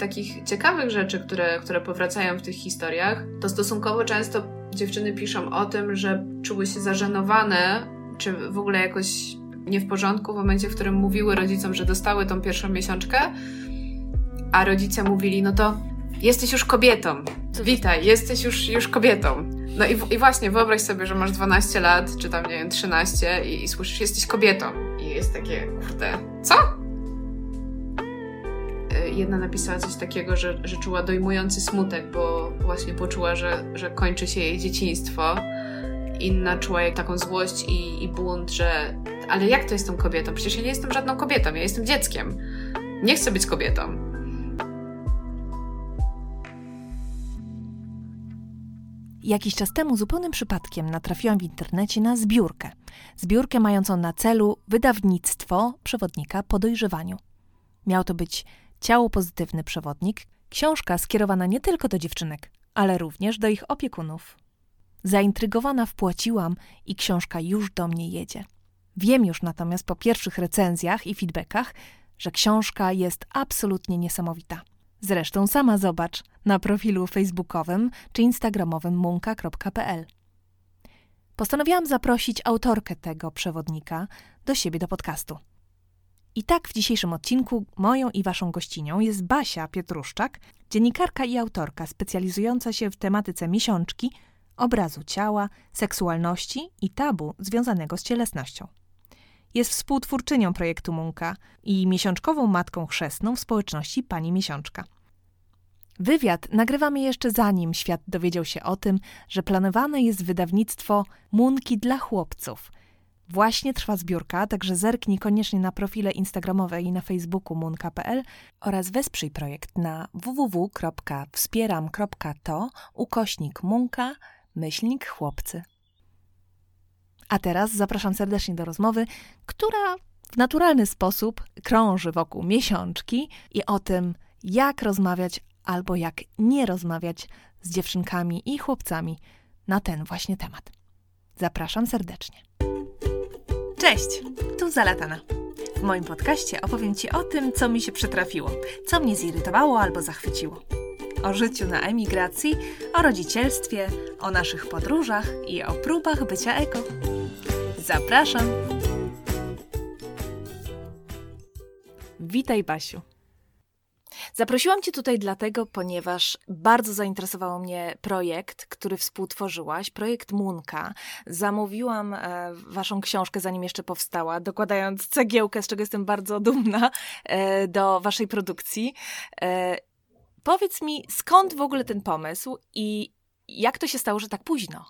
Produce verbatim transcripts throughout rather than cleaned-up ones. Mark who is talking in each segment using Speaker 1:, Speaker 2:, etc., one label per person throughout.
Speaker 1: takich ciekawych rzeczy, które, które powracają w tych historiach, to stosunkowo często dziewczyny piszą o tym, że czuły się zażenowane, czy w ogóle jakoś nie w porządku w momencie, w którym mówiły rodzicom, że dostały tą pierwszą miesiączkę, a rodzice mówili, no to jesteś już kobietą, witaj, jesteś już, już kobietą. No i, w, i właśnie wyobraź sobie, że masz dwanaście lat, czy tam, nie wiem, trzynaście i, i słyszysz, jesteś kobietą. I jest takie, kurde, co? Jedna napisała coś takiego, że, że czuła dojmujący smutek, bo właśnie poczuła, że, że kończy się jej dzieciństwo. Inna czuła taką złość i, i bunt, że ale jak to jestem kobietą? Przecież ja nie jestem żadną kobietą, ja jestem dzieckiem. Nie chcę być kobietą.
Speaker 2: Jakiś czas temu zupełnym przypadkiem natrafiłam w internecie na zbiórkę. Zbiórkę mającą na celu wydawnictwo przewodnika po dojrzewaniu. Miał to być ciało pozytywny przewodnik, książka skierowana nie tylko do dziewczynek, ale również do ich opiekunów. Zaintrygowana wpłaciłam i książka już do mnie jedzie. Wiem już natomiast po pierwszych recenzjach i feedbackach, że książka jest absolutnie niesamowita. Zresztą sama zobacz na profilu facebookowym czy instagramowym munka kropka pe el. Postanowiłam zaprosić autorkę tego przewodnika do siebie do podcastu. I tak w dzisiejszym odcinku moją i waszą gościnią jest Basia Pietruszczak, dziennikarka i autorka specjalizująca się w tematyce miesiączki, obrazu ciała, seksualności i tabu związanego z cielesnością. Jest współtwórczynią projektu Munka i miesiączkową matką chrzestną w społeczności Pani Miesiączka. Wywiad nagrywamy jeszcze zanim świat dowiedział się o tym, że planowane jest wydawnictwo Munki dla chłopców. Właśnie trwa zbiórka, także zerknij koniecznie na profile instagramowe i na Facebooku munka kropka pe el oraz wesprzyj projekt na www kropka wspieram kropka to ukośnik munka myślnik chłopcy. A teraz zapraszam serdecznie do rozmowy, która w naturalny sposób krąży wokół miesiączki i o tym, jak rozmawiać albo jak nie rozmawiać z dziewczynkami i chłopcami na ten właśnie temat. Zapraszam serdecznie. Cześć, tu Zalatana. W moim podcaście opowiem Ci o tym, co mi się przytrafiło, co mnie zirytowało albo zachwyciło. O życiu na emigracji, o rodzicielstwie, o naszych podróżach i o próbach bycia eko. Zapraszam! Witaj, Basiu. Zaprosiłam Cię tutaj dlatego, ponieważ bardzo zainteresował mnie projekt, który współtworzyłaś, projekt Munka. Zamówiłam e, Waszą książkę, zanim jeszcze powstała, dokładając cegiełkę, z czego jestem bardzo dumna, e, do Waszej produkcji. E, powiedz mi, skąd w ogóle ten pomysł i jak to się stało, że tak późno?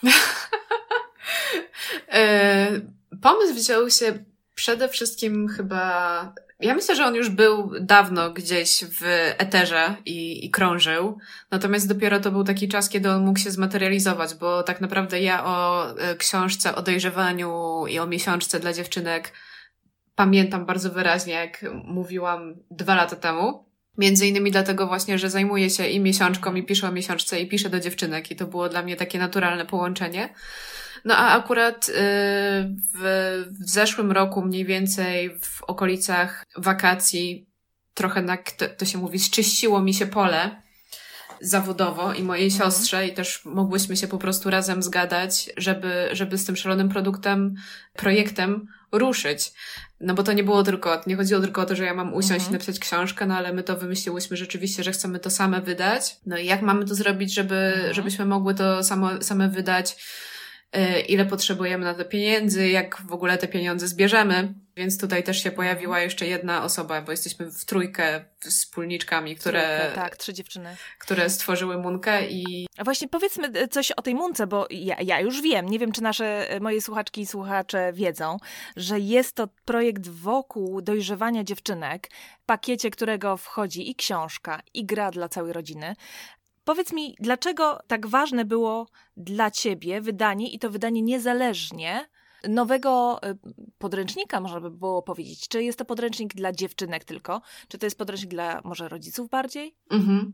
Speaker 1: e, pomysł wziął się przede wszystkim chyba... Ja myślę, że on już był dawno gdzieś w eterze i, i krążył, natomiast dopiero to był taki czas, kiedy on mógł się zmaterializować, bo tak naprawdę ja o książce o dojrzewaniu i o miesiączce dla dziewczynek pamiętam bardzo wyraźnie, jak mówiłam dwa lata temu. Między innymi dlatego właśnie, że zajmuję się i miesiączką, i piszę o miesiączce, i piszę do dziewczynek i to było dla mnie takie naturalne połączenie. No a akurat w, w zeszłym roku mniej więcej w okolicach wakacji trochę tak to, to się mówi, zczyściło mi się pole zawodowo i mojej mhm. siostrze i też mogłyśmy się po prostu razem zgadać, żeby, żeby z tym szalonym produktem, projektem ruszyć. No bo to nie było tylko, nie chodziło tylko o to, że ja mam usiąść mhm. i napisać książkę, no ale my to wymyśliłyśmy rzeczywiście, że chcemy to same wydać. No i jak mamy to zrobić, żeby, mhm. żebyśmy mogły to samo, same wydać, ile potrzebujemy na to pieniędzy, jak w ogóle te pieniądze zbierzemy. Więc tutaj też się pojawiła jeszcze jedna osoba, bo jesteśmy w trójkę wspólniczkami, które,
Speaker 2: trójkę, tak, trzy dziewczyny,
Speaker 1: które stworzyły Munkę i...
Speaker 2: A właśnie powiedzmy coś o tej Munce, bo ja, ja już wiem, nie wiem, czy nasze, moje słuchaczki i słuchacze wiedzą, że jest to projekt wokół dojrzewania dziewczynek, w pakiecie którego wchodzi i książka, i gra dla całej rodziny. Powiedz mi, dlaczego tak ważne było dla Ciebie wydanie, i to wydanie niezależnie, nowego podręcznika, można by było powiedzieć? Czy jest to podręcznik dla dziewczynek tylko? Czy to jest podręcznik dla może rodziców bardziej?
Speaker 1: Mhm.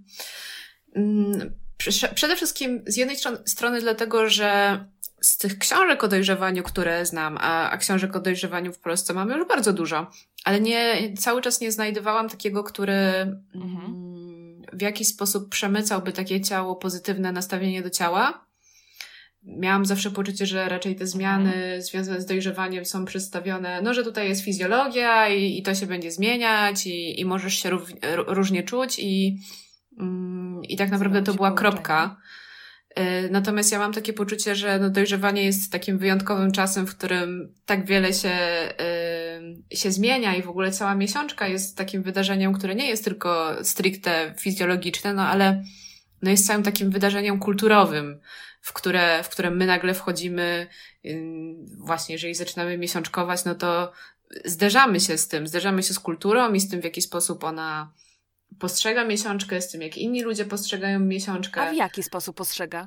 Speaker 1: Przede wszystkim z jednej strony dlatego, że z tych książek o dojrzewaniu, które znam, a, a książek o dojrzewaniu w Polsce mamy już bardzo dużo, ale nie, cały czas nie znajdowałam takiego, który... Mhm. w jaki sposób przemycałby takie ciało pozytywne nastawienie do ciała. Miałam zawsze poczucie, że raczej te zmiany mhm. związane z dojrzewaniem są przedstawione, no, że tutaj jest fizjologia i, i to się będzie zmieniać i, i możesz się rów, różnie czuć i, mm, i tak naprawdę to była kropka. Natomiast ja mam takie poczucie, że no dojrzewanie jest takim wyjątkowym czasem, w którym tak wiele się, yy, się zmienia i w ogóle cała miesiączka jest takim wydarzeniem, które nie jest tylko stricte fizjologiczne, no ale no jest całym takim wydarzeniem kulturowym, w które, w które my nagle wchodzimy, yy, właśnie jeżeli zaczynamy miesiączkować, no to zderzamy się z tym, zderzamy się z kulturą i z tym, w jaki sposób ona postrzega miesiączkę, z tym, jak inni ludzie postrzegają miesiączkę.
Speaker 2: A w jaki sposób postrzega?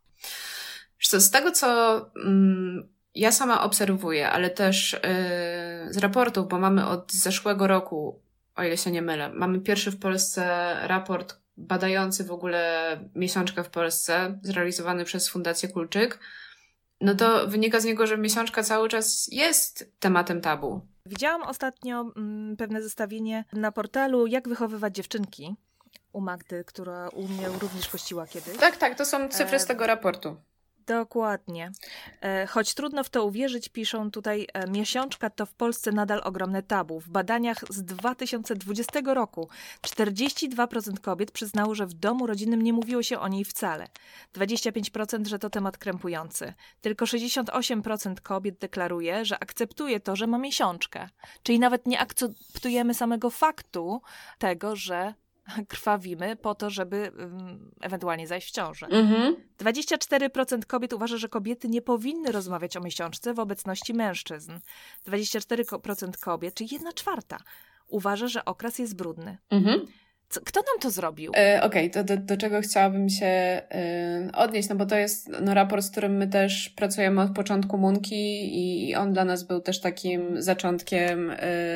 Speaker 1: Wiesz co, z tego, co mm, ja sama obserwuję, ale też yy, z raportów, bo mamy od zeszłego roku, o ile się nie mylę, mamy pierwszy w Polsce raport badający w ogóle miesiączkę w Polsce, zrealizowany przez Fundację Kulczyk, no to wynika z niego, że miesiączka cały czas jest tematem tabu.
Speaker 2: Widziałam ostatnio mm, pewne zestawienie na portalu Jak wychowywać dziewczynki u Magdy, która u mnie również gościła kiedyś.
Speaker 1: Tak, tak, to są cyfry z tego raportu.
Speaker 2: Dokładnie. Choć trudno w to uwierzyć, piszą tutaj, miesiączka to w Polsce nadal ogromne tabu. W badaniach z dwa tysiące dwudziestego roku czterdzieści dwa procent kobiet przyznało, że w domu rodzinnym nie mówiło się o niej wcale. dwadzieścia pięć procent, że to temat krępujący. Tylko sześćdziesiąt osiem procent kobiet deklaruje, że akceptuje to, że ma miesiączkę. Czyli nawet nie akceptujemy samego faktu tego, że krwawimy po to, żeby um, ewentualnie zajść w ciążę. Mhm. dwadzieścia cztery procent kobiet uważa, że kobiety nie powinny rozmawiać o miesiączce w obecności mężczyzn. dwadzieścia cztery procent kobiet, czyli jedna czwarta, uważa, że okres jest brudny. Mhm. Co, kto nam to zrobił?
Speaker 1: E, Okej, okay, to do, do czego chciałabym się y, odnieść, no bo to jest no, raport, z którym my też pracujemy od początku Munki i, i on dla nas był też takim zaczątkiem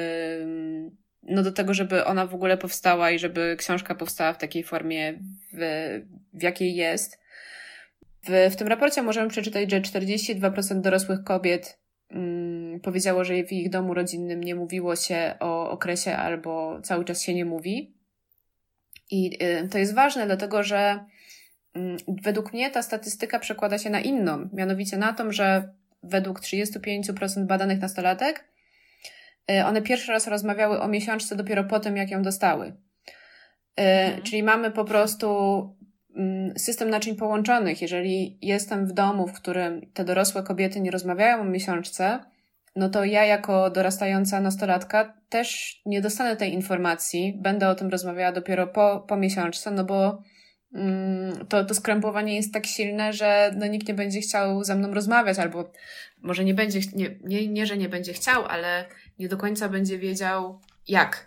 Speaker 1: y, no do tego, żeby ona w ogóle powstała i żeby książka powstała w takiej formie, w, w jakiej jest. W, w tym raporcie możemy przeczytać, że czterdzieści dwa procent dorosłych kobiet mm, powiedziało, że w ich domu rodzinnym nie mówiło się o okresie albo cały czas się nie mówi. I y, to jest ważne, dlatego że y, według mnie ta statystyka przekłada się na inną, mianowicie na to, że według trzydzieści pięć procent badanych nastolatek one pierwszy raz rozmawiały o miesiączce dopiero po tym, jak ją dostały. Mhm. Czyli mamy po prostu system naczyń połączonych. Jeżeli jestem w domu, w którym te dorosłe kobiety nie rozmawiają o miesiączce, no to ja jako dorastająca nastolatka też nie dostanę tej informacji. Będę o tym rozmawiała dopiero po, po miesiączce, no bo mm, to, to skrępowanie jest tak silne, że no, nikt nie będzie chciał ze mną rozmawiać, albo może nie będzie, nie, nie, nie, że nie będzie chciał, ale nie do końca będzie wiedział jak.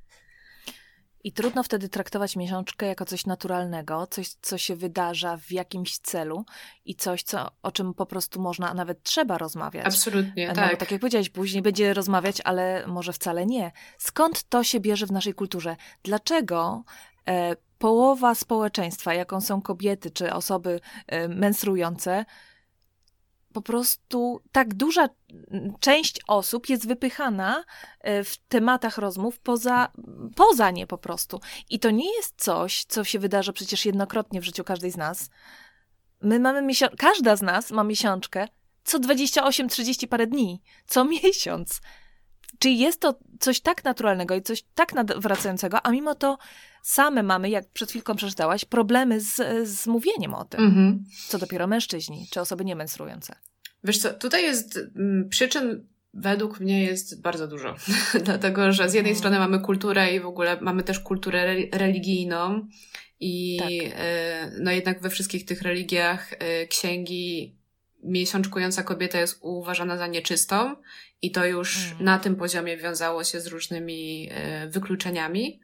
Speaker 2: I trudno wtedy traktować miesiączkę jako coś naturalnego, coś, co się wydarza w jakimś celu i coś, co, o czym po prostu można, a nawet trzeba rozmawiać.
Speaker 1: Absolutnie,
Speaker 2: no,
Speaker 1: tak.
Speaker 2: Bo tak jak powiedziałeś, później będzie rozmawiać, ale może wcale nie. Skąd to się bierze w naszej kulturze? Dlaczego e, połowa społeczeństwa, jaką są kobiety czy osoby e, menstruujące, po prostu tak duża część osób jest wypychana w tematach rozmów poza, poza nie po prostu. I to nie jest coś, co się wydarza przecież jednokrotnie w życiu każdej z nas. My mamy miesiąc... Każda z nas ma miesiączkę co dwadzieścia osiem trzydzieści parę dni, co miesiąc. Czyli jest to coś tak naturalnego i coś tak nawracającego, a mimo to same mamy, jak przed chwilką przeczytałaś, problemy z, z mówieniem o tym. Mhm. Co dopiero mężczyźni, czy osoby niemenstruujące.
Speaker 1: Wiesz co, tutaj jest m, przyczyn według mnie jest bardzo dużo. Dlatego, że z jednej hmm. strony mamy kulturę i w ogóle mamy też kulturę re- religijną i tak. y, no jednak we wszystkich tych religiach y, księgi miesiączkująca kobieta jest uważana za nieczystą i to już hmm. na tym poziomie wiązało się z różnymi y, wykluczeniami,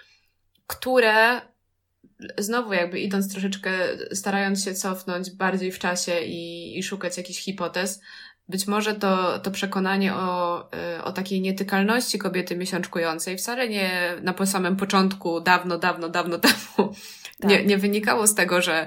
Speaker 1: które znowu jakby idąc troszeczkę, starając się cofnąć bardziej w czasie i, i szukać jakichś hipotez, być może to, to przekonanie o, o takiej nietykalności kobiety miesiączkującej wcale nie na samym początku, dawno, dawno, dawno temu, tak. nie, nie wynikało z tego, że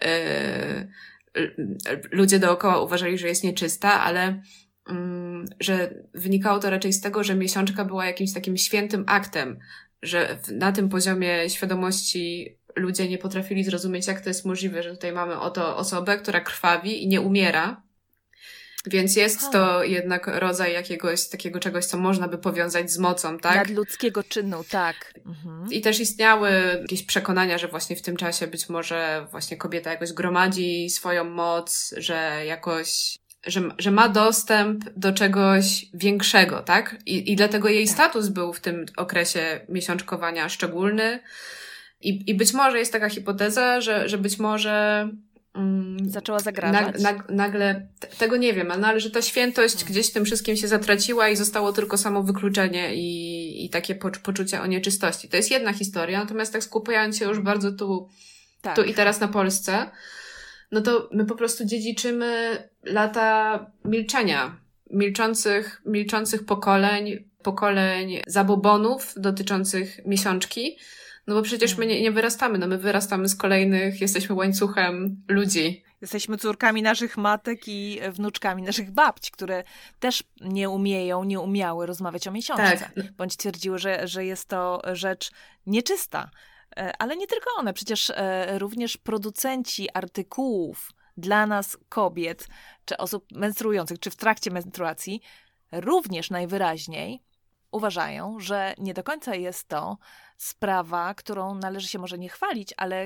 Speaker 1: y, ludzie dookoła uważali, że jest nieczysta, ale y, że wynikało to raczej z tego, że miesiączka była jakimś takim świętym aktem, że na tym poziomie świadomości ludzie nie potrafili zrozumieć, jak to jest możliwe, że tutaj mamy oto osobę, która krwawi i nie umiera. Więc jest to jednak rodzaj jakiegoś takiego czegoś, co można by powiązać z mocą, tak?
Speaker 2: Nadludzkiego czynu, tak. Mhm.
Speaker 1: I też istniały jakieś przekonania, że właśnie w tym czasie być może właśnie kobieta jakoś gromadzi swoją moc, że jakoś, że, że ma dostęp do czegoś większego, tak? I, i dlatego jej tak. status był w tym okresie miesiączkowania szczególny. I, i być może jest taka hipoteza, że, że być może
Speaker 2: zaczęła zagrażać.
Speaker 1: Na, na, nagle, t- tego nie wiem, ale, ale że ta świętość hmm. gdzieś w tym wszystkim się zatraciła i zostało tylko samo wykluczenie i, i takie po, poczucie o nieczystości. To jest jedna historia, natomiast tak skupiając się już bardzo tu, tak. tu i teraz na Polsce, no to my po prostu dziedziczymy lata milczenia, milczących, milczących pokoleń, pokoleń zabobonów dotyczących miesiączki. No bo przecież my nie, nie wyrastamy, no my wyrastamy z kolejnych, jesteśmy łańcuchem ludzi.
Speaker 2: Jesteśmy córkami naszych matek i wnuczkami naszych babci, które też nie umieją, nie umiały rozmawiać o miesiączce. Tak. Bądź twierdziły, że, że jest to rzecz nieczysta. Ale nie tylko one, przecież również producenci artykułów dla nas kobiet, czy osób menstruujących, czy w trakcie menstruacji, również najwyraźniej uważają, że nie do końca jest to sprawa, którą należy się może nie chwalić, ale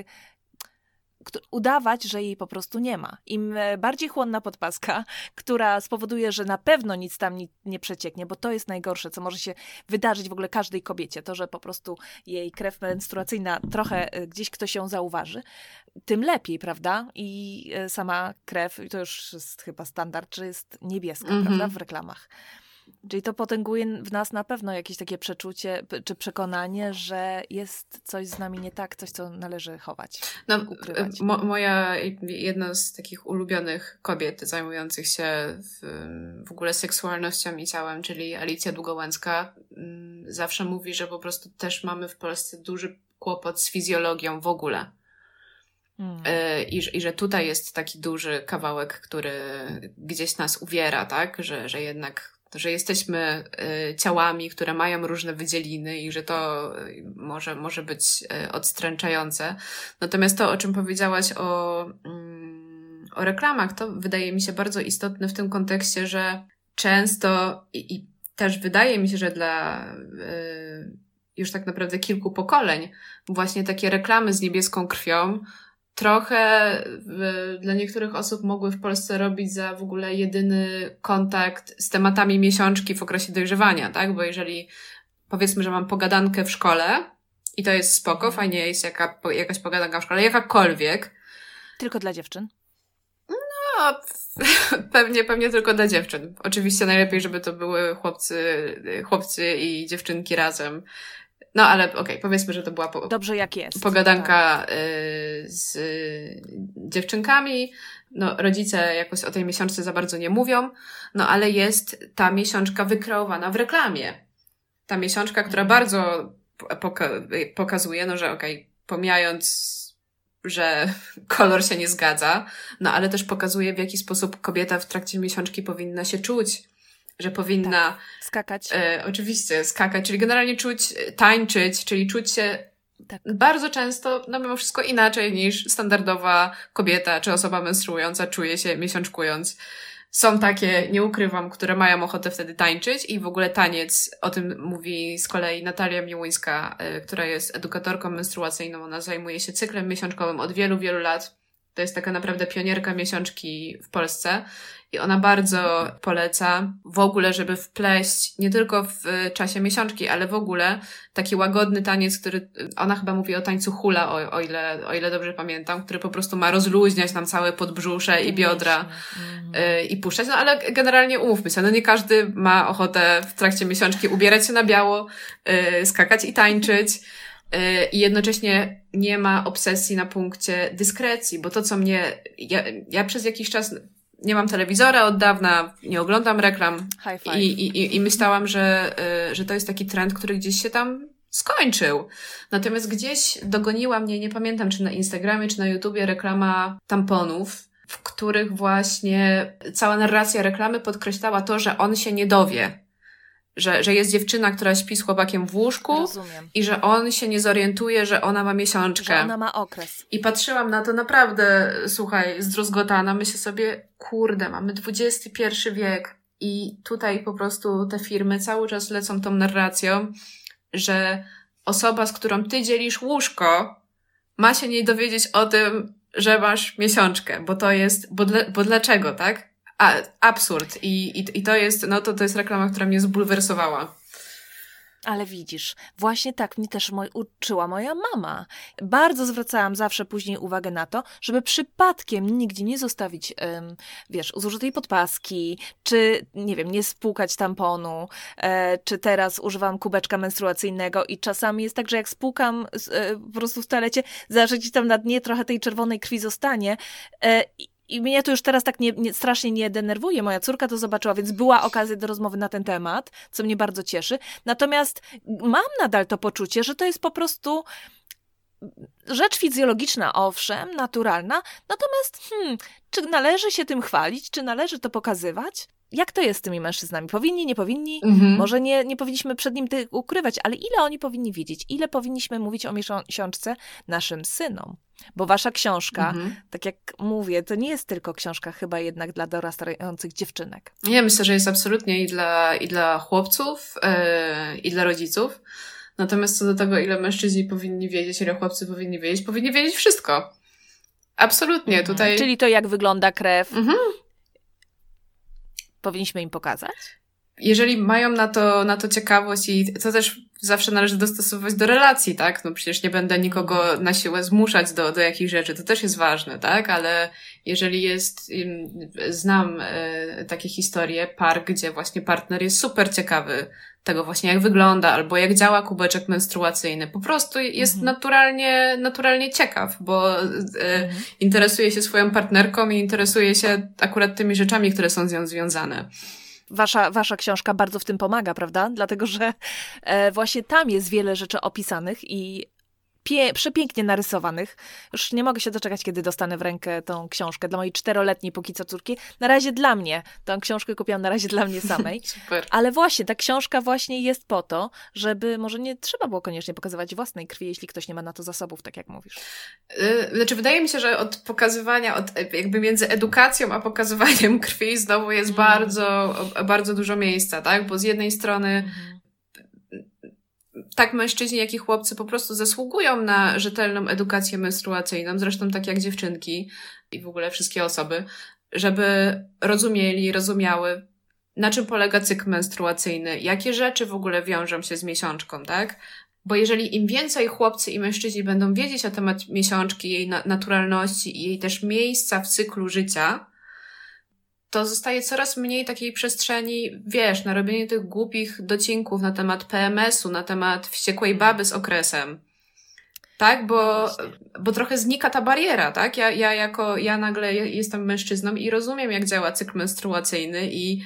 Speaker 2: udawać, że jej po prostu nie ma. Im bardziej chłonna podpaska, która spowoduje, że na pewno nic tam nie, nie przecieknie, bo to jest najgorsze, co może się wydarzyć w ogóle każdej kobiecie, to, że po prostu jej krew menstruacyjna trochę gdzieś ktoś ją zauważy, tym lepiej, prawda? I sama krew, to już jest chyba standard, że jest niebieska, mm-hmm. prawda, w reklamach. Czyli to potęguje w nas na pewno jakieś takie przeczucie czy przekonanie, że jest coś z nami nie tak, coś, co należy chować, no, ukrywać.
Speaker 1: Mo- moja jedna z takich ulubionych kobiet zajmujących się w, w ogóle seksualnością i ciałem, czyli Alicja Długołęcka, zawsze mówi, że po prostu też mamy w Polsce duży kłopot z fizjologią w ogóle. Hmm. I, I że tutaj jest taki duży kawałek, który gdzieś nas uwiera, tak? Że, że jednak że jesteśmy y, ciałami, które mają różne wydzieliny i że to y, może, może być y, odstręczające. Natomiast to, o czym powiedziałaś o, y, o reklamach, to wydaje mi się bardzo istotne w tym kontekście, że często i, i też wydaje mi się, że dla y, już tak naprawdę kilku pokoleń właśnie takie reklamy z niebieską krwią trochę w, dla niektórych osób mogły w Polsce robić za w ogóle jedyny kontakt z tematami miesiączki w okresie dojrzewania, tak? Bo jeżeli powiedzmy, że mam pogadankę w szkole i to jest spoko, fajnie jest jaka, jakaś pogadanka w szkole, jakakolwiek.
Speaker 2: Tylko dla dziewczyn?
Speaker 1: No, pewnie, pewnie tylko dla dziewczyn. Oczywiście najlepiej, żeby to były chłopcy, chłopcy i dziewczynki razem. No, ale okej, okay, powiedzmy, że to była po,
Speaker 2: Dobrze, jak jest.
Speaker 1: pogadanka tak. y, z y, dziewczynkami. No, rodzice jakoś o tej miesiączce za bardzo nie mówią, no ale jest ta miesiączka wykreowana w reklamie. Ta miesiączka, która mhm. bardzo poka- pokazuje, no że okej, okay, pomijając, że kolor się nie zgadza, no ale też pokazuje, w jaki sposób kobieta w trakcie miesiączki powinna się czuć. Że powinna...
Speaker 2: Tak, skakać.
Speaker 1: E, oczywiście, skakać, czyli generalnie czuć, tańczyć, czyli czuć się tak. bardzo często, no mimo wszystko inaczej niż standardowa kobieta czy osoba menstruująca czuje się miesiączkując. Są takie, nie ukrywam, które mają ochotę wtedy tańczyć i w ogóle taniec, o tym mówi z kolei Natalia Miłuńska, y, która jest edukatorką menstruacyjną. Ona zajmuje się cyklem miesiączkowym od wielu, wielu lat. To jest taka naprawdę pionierka miesiączki w Polsce i ona bardzo poleca w ogóle, żeby wpleść nie tylko w czasie miesiączki, ale w ogóle taki łagodny taniec, który ona chyba mówi o tańcu hula, o, o ile, o ile dobrze pamiętam, który po prostu ma rozluźniać nam całe podbrzusze i biodra y, i puszczać. No ale generalnie umówmy się, no nie każdy ma ochotę w trakcie miesiączki ubierać się na biało, y, skakać i tańczyć. I jednocześnie nie ma obsesji na punkcie dyskrecji, bo to, co mnie... Ja, ja przez jakiś czas nie mam telewizora od dawna, nie oglądam reklam i, i, i myślałam, że, że to jest taki trend, który gdzieś się tam skończył. Natomiast gdzieś dogoniła mnie, nie pamiętam, czy na Instagramie, czy na YouTubie, reklama tamponów, w których właśnie cała narracja reklamy podkreślała to, że on się nie dowie, Że, że jest dziewczyna, która śpi z chłopakiem w łóżku.
Speaker 2: Rozumiem.
Speaker 1: I że on się nie zorientuje, że ona ma miesiączkę.
Speaker 2: Że ona ma okres.
Speaker 1: I patrzyłam na to naprawdę, słuchaj, zdruzgotana. Myślę sobie, kurde, mamy dwudziesty pierwszy wiek i tutaj po prostu te firmy cały czas lecą tą narracją, że osoba, z którą ty dzielisz łóżko, ma się nie dowiedzieć o tym, że masz miesiączkę, bo to jest, bo, dla, bo dlaczego, tak? A, absurd. I, i, i to jest, no to, to jest reklama, która mnie zbulwersowała.
Speaker 2: Ale widzisz, właśnie tak mnie też moj, uczyła moja mama. Bardzo zwracałam zawsze później uwagę na to, żeby przypadkiem nigdzie nie zostawić, ym, wiesz, zużytej podpaski, czy, nie wiem, nie spłukać tamponu, e, czy teraz używam kubeczka menstruacyjnego i czasami jest tak, że jak spłukam e, po prostu w toalecie, zawsze ci tam na dnie trochę tej czerwonej krwi zostanie e, i mnie to już teraz tak nie, nie, strasznie nie denerwuje. Moja córka to zobaczyła, więc była okazja do rozmowy na ten temat, co mnie bardzo cieszy. Natomiast mam nadal to poczucie, że to jest po prostu rzecz fizjologiczna, owszem, naturalna. Natomiast hmm, czy należy się tym chwalić? Czy należy to pokazywać? Jak to jest z tymi mężczyznami? Powinni, nie powinni? Mhm. Może nie, nie powinniśmy przed nim tego ukrywać, ale ile oni powinni wiedzieć? Ile powinniśmy mówić o miesiączce naszym synom? Bo wasza książka, mhm. tak jak mówię, to nie jest tylko książka chyba jednak dla dorastających dziewczynek.
Speaker 1: Ja myślę, że jest absolutnie i dla, i dla chłopców, yy, i dla rodziców. Natomiast co do tego, ile mężczyźni powinni wiedzieć, ile chłopcy powinni wiedzieć, powinni wiedzieć wszystko. Absolutnie. Mhm. Tutaj...
Speaker 2: Czyli to, jak wygląda krew, mhm. powinniśmy im pokazać?
Speaker 1: Jeżeli mają na to, na to ciekawość i to też zawsze należy dostosowywać do relacji, tak? No przecież nie będę nikogo na siłę zmuszać do, do jakichś rzeczy, to też jest ważne, tak? Ale jeżeli jest, znam e, takie historie par, gdzie właśnie partner jest super ciekawy tego właśnie, jak wygląda, albo jak działa kubeczek menstruacyjny. Po prostu jest mhm. naturalnie, naturalnie ciekaw, bo e, mhm. interesuje się swoją partnerką i interesuje się akurat tymi rzeczami, które są z nią związane.
Speaker 2: Wasza, wasza książka bardzo w tym pomaga, prawda? Dlatego, że e, właśnie tam jest wiele rzeczy opisanych i pie, przepięknie narysowanych. Już nie mogę się doczekać, kiedy dostanę w rękę tą książkę dla mojej czteroletniej póki co córki. Na razie dla mnie. Tą książkę kupiłam na razie dla mnie samej.
Speaker 1: Super.
Speaker 2: Ale właśnie, ta książka właśnie jest po to, żeby może nie trzeba było koniecznie pokazywać własnej krwi, jeśli ktoś nie ma na to zasobów, tak jak mówisz.
Speaker 1: Yy, znaczy, wydaje mi się, że od pokazywania, od jakby między edukacją a pokazywaniem krwi znowu jest mm. bardzo, bardzo dużo miejsca, tak? Bo z jednej strony mm. tak mężczyźni, jak i chłopcy po prostu zasługują na rzetelną edukację menstruacyjną, zresztą tak jak dziewczynki i w ogóle wszystkie osoby, żeby rozumieli, rozumiały, na czym polega cykl menstruacyjny, jakie rzeczy w ogóle wiążą się z miesiączką, tak? Bo jeżeli im więcej chłopcy i mężczyźni będą wiedzieć na temat miesiączki, jej na- naturalności i jej też miejsca w cyklu życia, to zostaje coraz mniej takiej przestrzeni, wiesz, na robienie tych głupich docinków na temat P M S u, na temat wściekłej baby z okresem. Tak? Bo, bo trochę znika ta bariera, tak? Ja, ja jako, ja nagle jestem mężczyzną i rozumiem, jak działa cykl menstruacyjny i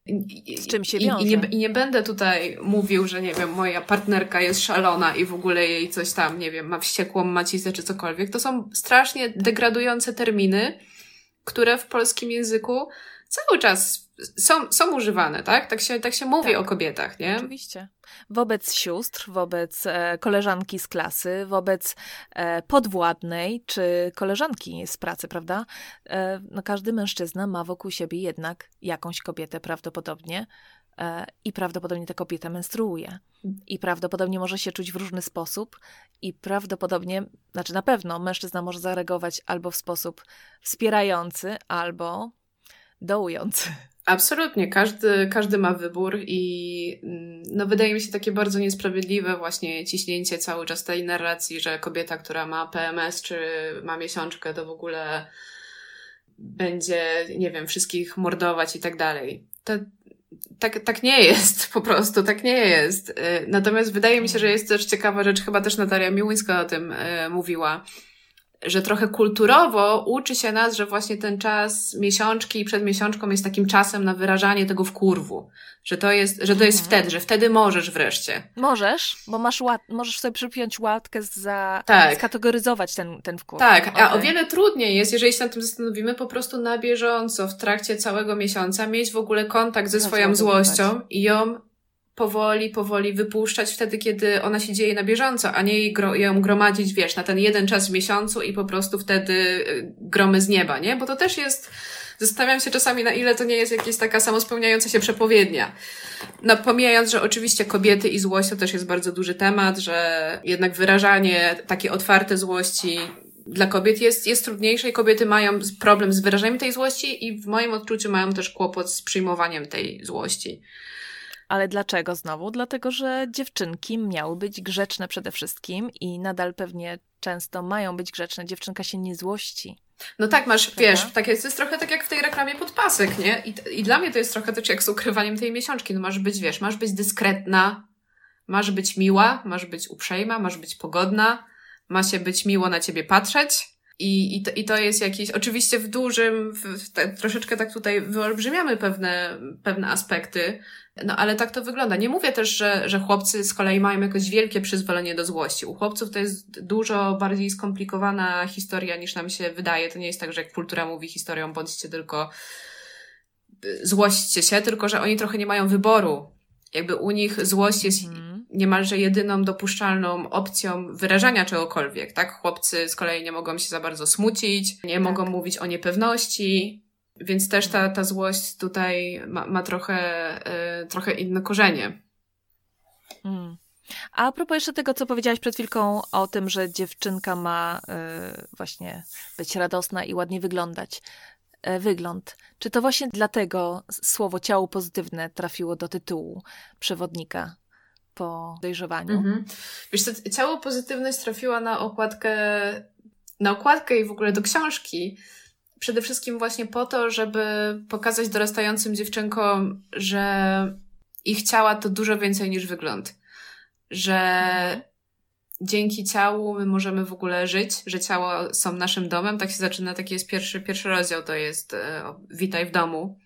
Speaker 2: z czym się
Speaker 1: I,
Speaker 2: wiąże.
Speaker 1: I nie, I nie będę tutaj mówił, że nie wiem, moja partnerka jest szalona i w ogóle jej coś tam, nie wiem, ma wściekłą macicę czy cokolwiek. To są strasznie degradujące terminy, które w polskim języku cały czas są, są używane, tak? Tak się, tak się mówi tak. o kobietach, nie?
Speaker 2: Oczywiście. Wobec sióstr, wobec e, koleżanki z klasy, wobec e, podwładnej czy koleżanki z pracy, prawda? E, no każdy mężczyzna ma wokół siebie jednak jakąś kobietę prawdopodobnie e, i prawdopodobnie ta kobieta menstruuje. I prawdopodobnie może się czuć w różny sposób i prawdopodobnie, znaczy na pewno mężczyzna może zareagować albo w sposób wspierający, albo dołujący.
Speaker 1: Absolutnie, każdy, każdy ma wybór i no wydaje mi się takie bardzo niesprawiedliwe właśnie ciśnięcie cały czas tej narracji, że kobieta, która ma P M S czy ma miesiączkę, to w ogóle będzie, nie wiem, wszystkich mordować i tak dalej. To, tak, tak nie jest, po prostu, tak nie jest. Natomiast wydaje mi się, że jest też ciekawa rzecz, chyba też Natalia Miłuńska o tym y, mówiła, że trochę kulturowo uczy się nas, że właśnie ten czas miesiączki i przed miesiączką jest takim czasem na wyrażanie tego w kurwu. Że to jest, że to jest mhm. wtedy, że wtedy możesz wreszcie.
Speaker 2: Możesz, bo masz łat, możesz sobie przypiąć łatkę, za,
Speaker 1: tak.
Speaker 2: skategoryzować ten, ten wkurw.
Speaker 1: Tak,
Speaker 2: okay.
Speaker 1: a o wiele trudniej jest, jeżeli się nad tym zastanowimy, po prostu na bieżąco w trakcie całego miesiąca mieć w ogóle kontakt ze swoją złością i ją powoli, powoli wypuszczać wtedy, kiedy ona się dzieje na bieżąco, a nie gro- ją gromadzić, wiesz, na ten jeden czas w miesiącu i po prostu wtedy gromy z nieba, nie? Bo to też jest, zastanawiam się czasami, na ile to nie jest jakaś taka samospełniająca się przepowiednia. No pomijając, że oczywiście kobiety i złość to też jest bardzo duży temat, że jednak wyrażanie takie otwarte złości dla kobiet jest, jest trudniejsze i kobiety mają problem z wyrażaniem tej złości i w moim odczuciu mają też kłopot z przyjmowaniem tej złości.
Speaker 2: Ale dlaczego znowu? Dlatego, że dziewczynki miały być grzeczne przede wszystkim i nadal pewnie często mają być grzeczne. Dziewczynka się nie złości.
Speaker 1: No tak, masz, Prawda? wiesz, tak jest, to jest trochę tak jak w tej reklamie podpasek, nie? I, I dla mnie to jest trochę też jak z ukrywaniem tej miesiączki. No masz być, wiesz, masz być dyskretna, masz być miła, masz być uprzejma, masz być pogodna, ma się być miło na ciebie patrzeć. I, i, to, I to jest jakiś, oczywiście w dużym, w, w te, troszeczkę tak tutaj wyolbrzymiamy pewne, pewne aspekty, no ale tak to wygląda. Nie mówię też, że, że chłopcy z kolei mają jakoś wielkie przyzwolenie do złości. U chłopców to jest dużo bardziej skomplikowana historia niż nam się wydaje. To nie jest tak, że jak kultura mówi historią, bądźcie tylko, złośćcie się, tylko że oni trochę nie mają wyboru. Jakby u nich złość jest mm. niemalże jedyną dopuszczalną opcją wyrażania czegokolwiek, tak? Chłopcy z kolei nie mogą się za bardzo smucić, nie tak. mogą mówić o niepewności, więc też ta, ta złość tutaj ma, ma trochę, y, trochę inne korzenie.
Speaker 2: Mm. A a propos jeszcze tego, co powiedziałaś przed chwilką o tym, że dziewczynka ma y, właśnie być radosna i ładnie wyglądać. Wygląd. Czy to właśnie dlatego słowo ciało pozytywne trafiło do tytułu przewodnika po dojrzewaniu?
Speaker 1: Mhm. Wiesz co, ciało pozytywność trafiła na okładkę, na okładkę i w ogóle do książki. Przede wszystkim właśnie po to, żeby pokazać dorastającym dziewczynkom, że ich ciała to dużo więcej niż wygląd. Że mhm. dzięki ciału my możemy w ogóle żyć, że ciała są naszym domem. Tak się zaczyna, taki jest pierwszy, pierwszy rozdział, to jest e, Witaj w domu.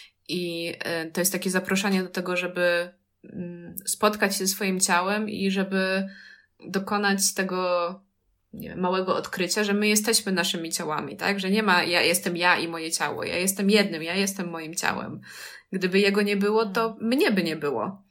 Speaker 1: I e, to jest takie zaproszenie do tego, żeby mm, spotkać się ze swoim ciałem i żeby dokonać tego nie wiem, małego odkrycia, że my jesteśmy naszymi ciałami, tak? Że nie ma ja jestem ja i moje ciało. Ja jestem jednym, ja jestem moim ciałem. Gdyby jego nie było, to mnie by nie było.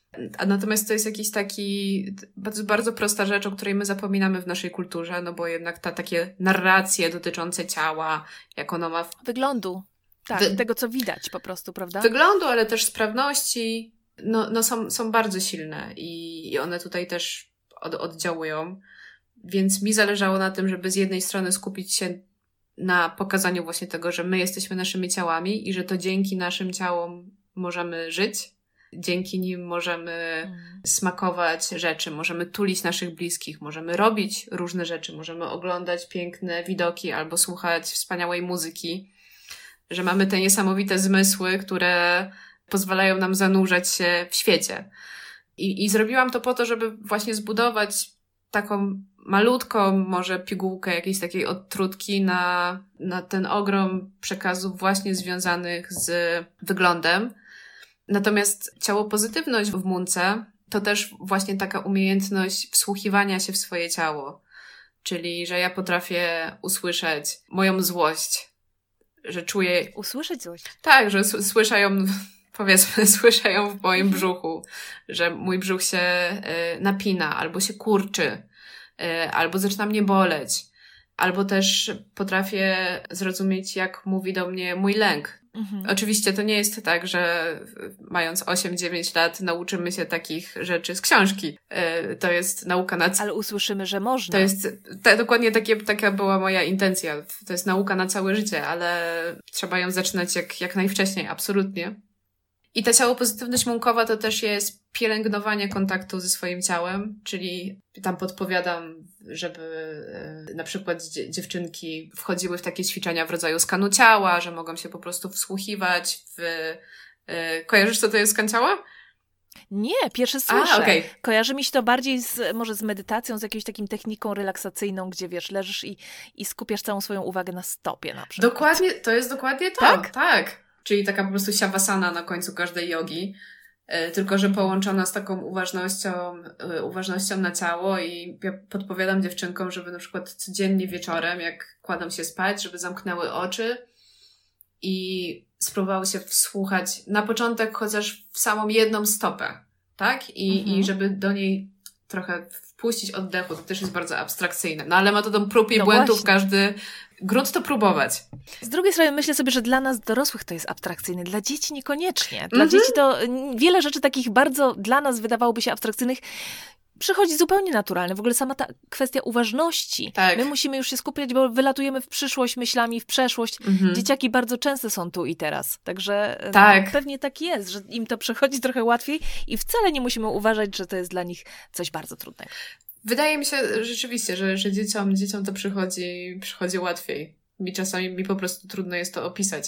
Speaker 1: A natomiast to jest jakiś taki bardzo, bardzo prosta rzecz, o której my zapominamy w naszej kulturze, no bo jednak ta takie narracje dotyczące ciała, jak ono ma... W...
Speaker 2: Wyglądu. Tak, Wy... tego co widać po prostu, prawda?
Speaker 1: Wyglądu, ale też sprawności, no, no są, są bardzo silne i, i one tutaj też od, oddziałują. Więc mi zależało na tym, żeby z jednej strony skupić się na pokazaniu właśnie tego, że my jesteśmy naszymi ciałami i że to dzięki naszym ciałom możemy żyć. Dzięki nim możemy mm. smakować rzeczy, możemy tulić naszych bliskich, możemy robić różne rzeczy, możemy oglądać piękne widoki albo słuchać wspaniałej muzyki, że mamy te niesamowite zmysły, które pozwalają nam zanurzać się w świecie. I, i zrobiłam to po to, żeby właśnie zbudować taką malutką może pigułkę jakiejś takiej odtrutki na, na ten ogrom przekazów właśnie związanych z wyglądem. Natomiast ciało pozytywność w Munce to też właśnie taka umiejętność wsłuchiwania się w swoje ciało. Czyli, że ja potrafię usłyszeć moją złość, że czuję...
Speaker 2: Usłyszeć złość?
Speaker 1: Tak, że s- słyszę ją, powiedzmy, słyszę ją w moim brzuchu, że mój brzuch się y, napina, albo się kurczy, y, albo zaczyna mnie boleć. Albo też potrafię zrozumieć, jak mówi do mnie mój lęk. Mhm. Oczywiście to nie jest tak, że mając osiem dziewięć lat nauczymy się takich rzeczy z książki. To jest nauka na... C-
Speaker 2: Ale usłyszymy, że można.
Speaker 1: To jest ta, dokładnie takie, taka była moja intencja. To jest nauka na całe życie, ale trzeba ją zaczynać jak, jak najwcześniej, absolutnie. I ta ciało pozytywność munkowa to też jest pielęgnowanie kontaktu ze swoim ciałem, czyli tam podpowiadam, żeby e, na przykład dzie- dziewczynki wchodziły w takie ćwiczenia w rodzaju skanu ciała, że mogą się po prostu wsłuchiwać w... E, kojarzysz, co to jest skan ciała?
Speaker 2: Nie, pierwszy słyszę.
Speaker 1: A, okay.
Speaker 2: Kojarzy mi się to bardziej z, może z medytacją, z jakąś taką techniką relaksacyjną, gdzie wiesz, leżysz i, i skupiasz całą swoją uwagę na stopie na przykład.
Speaker 1: Dokładnie, to jest dokładnie to. Tak, tak. Czyli taka po prostu siawasana na końcu każdej jogi, yy, tylko że połączona z taką uważnością, yy, uważnością na ciało i ja podpowiadam dziewczynkom, żeby na przykład codziennie wieczorem, jak kładą się spać, żeby zamknęły oczy i spróbowały się wsłuchać na początek chociaż w samą jedną stopę. tak? I,
Speaker 2: mhm.
Speaker 1: i żeby do niej trochę wpuścić oddechu, to też jest bardzo abstrakcyjne. No ale metodą prób i
Speaker 2: no
Speaker 1: błędów
Speaker 2: właśnie.
Speaker 1: każdy grunt to próbować.
Speaker 2: Z drugiej strony myślę sobie, że dla nas dorosłych to jest abstrakcyjne, dla dzieci niekoniecznie. Dla
Speaker 1: Mhm.
Speaker 2: dzieci to wiele rzeczy takich bardzo dla nas wydawałoby się abstrakcyjnych przychodzi zupełnie naturalne. W ogóle sama ta kwestia uważności.
Speaker 1: Tak.
Speaker 2: My musimy już się skupiać, bo wylatujemy w przyszłość myślami, w przeszłość.
Speaker 1: Mhm.
Speaker 2: Dzieciaki bardzo często są tu i teraz. Także
Speaker 1: Tak.
Speaker 2: pewnie tak jest, że im to przechodzi trochę łatwiej i wcale nie musimy uważać, że to jest dla nich coś bardzo trudnego.
Speaker 1: Wydaje mi się rzeczywiście, że, że dzieciom, dzieciom to przychodzi, przychodzi łatwiej. Mi czasami mi po prostu trudno jest to opisać.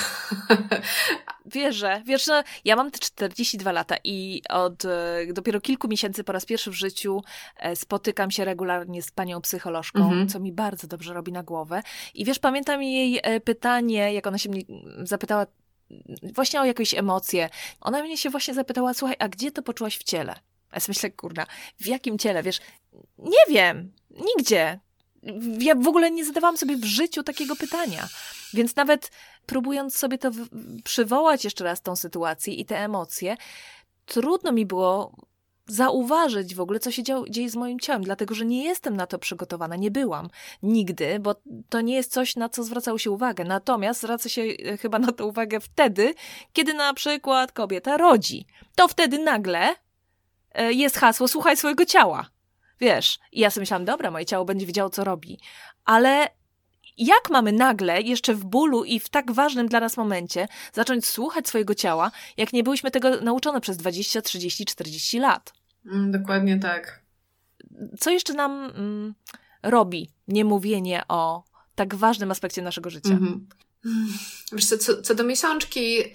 Speaker 2: Wierzę. Wiesz, no, ja mam te czterdzieści dwa lata i od e, dopiero kilku miesięcy po raz pierwszy w życiu e, spotykam się regularnie z panią psycholożką, mhm. co mi bardzo dobrze robi na głowę. I wiesz, pamiętam jej e, pytanie, jak ona się mnie zapytała właśnie o jakieś emocje. Ona mnie się właśnie zapytała, słuchaj, a gdzie to poczułaś w ciele? A ja sobie myślę, kurna, w jakim ciele? Wiesz, nie wiem, nigdzie. Ja w ogóle nie zadawałam sobie w życiu takiego pytania. Więc nawet próbując sobie to w- przywołać jeszcze raz tą sytuację i te emocje, trudno mi było zauważyć w ogóle, co się dzia- dzieje z moim ciałem, dlatego, że nie jestem na to przygotowana, nie byłam nigdy, bo to nie jest coś, na co zwracało się uwagę. Natomiast zwraca się chyba na to uwagę wtedy, kiedy na przykład kobieta rodzi. To wtedy nagle y, jest hasło, słuchaj swojego ciała. Wiesz, i ja sobie myślałam, dobra, moje ciało będzie wiedziało, co robi. Ale jak mamy nagle, jeszcze w bólu i w tak ważnym dla nas momencie, zacząć słuchać swojego ciała, jak nie byłyśmy tego nauczone przez dwadzieścia, trzydzieści, czterdzieści lat?
Speaker 1: Mm, dokładnie tak.
Speaker 2: Co jeszcze nam mm, robi niemówienie o tak ważnym aspekcie naszego życia?
Speaker 1: Mhm. Wiesz co, co, co do miesiączki, yy,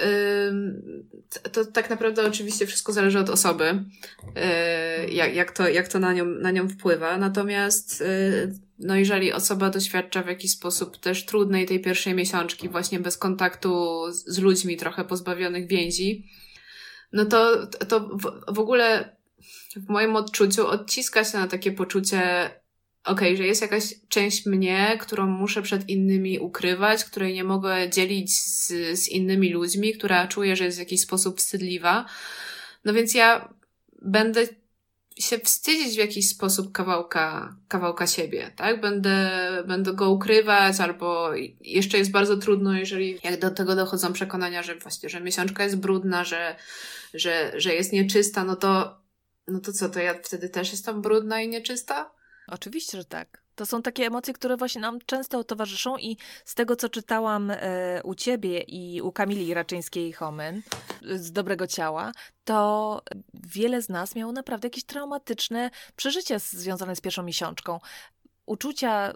Speaker 1: to, to tak naprawdę oczywiście wszystko zależy od osoby, yy, jak, jak to, jak to na nią, na nią wpływa. Natomiast yy, no jeżeli osoba doświadcza w jakiś sposób też trudnej tej pierwszej miesiączki, właśnie bez kontaktu z, z ludźmi, trochę pozbawionych więzi, no to, to w, w ogóle w moim odczuciu odciska się na takie poczucie okej, okay, że jest jakaś część mnie, którą muszę przed innymi ukrywać, której nie mogę dzielić z, z innymi ludźmi, która czuję, że jest w jakiś sposób wstydliwa. No więc ja będę się wstydzić w jakiś sposób kawałka, kawałka siebie, tak? Będę, będę go ukrywać, albo jeszcze jest bardzo trudno, jeżeli jak do tego dochodzą przekonania, że właśnie, że miesiączka jest brudna, że, że, że jest nieczysta, no to, no to co, to ja wtedy też jestem brudna i nieczysta?
Speaker 2: Oczywiście, że tak. To są takie emocje, które właśnie nam często towarzyszą i z tego, co czytałam e, u ciebie i u Kamili Raczyńskiej-Homyn z Dobrego Ciała, to wiele z nas miało naprawdę jakieś traumatyczne przeżycia związane z pierwszą miesiączką. Uczucia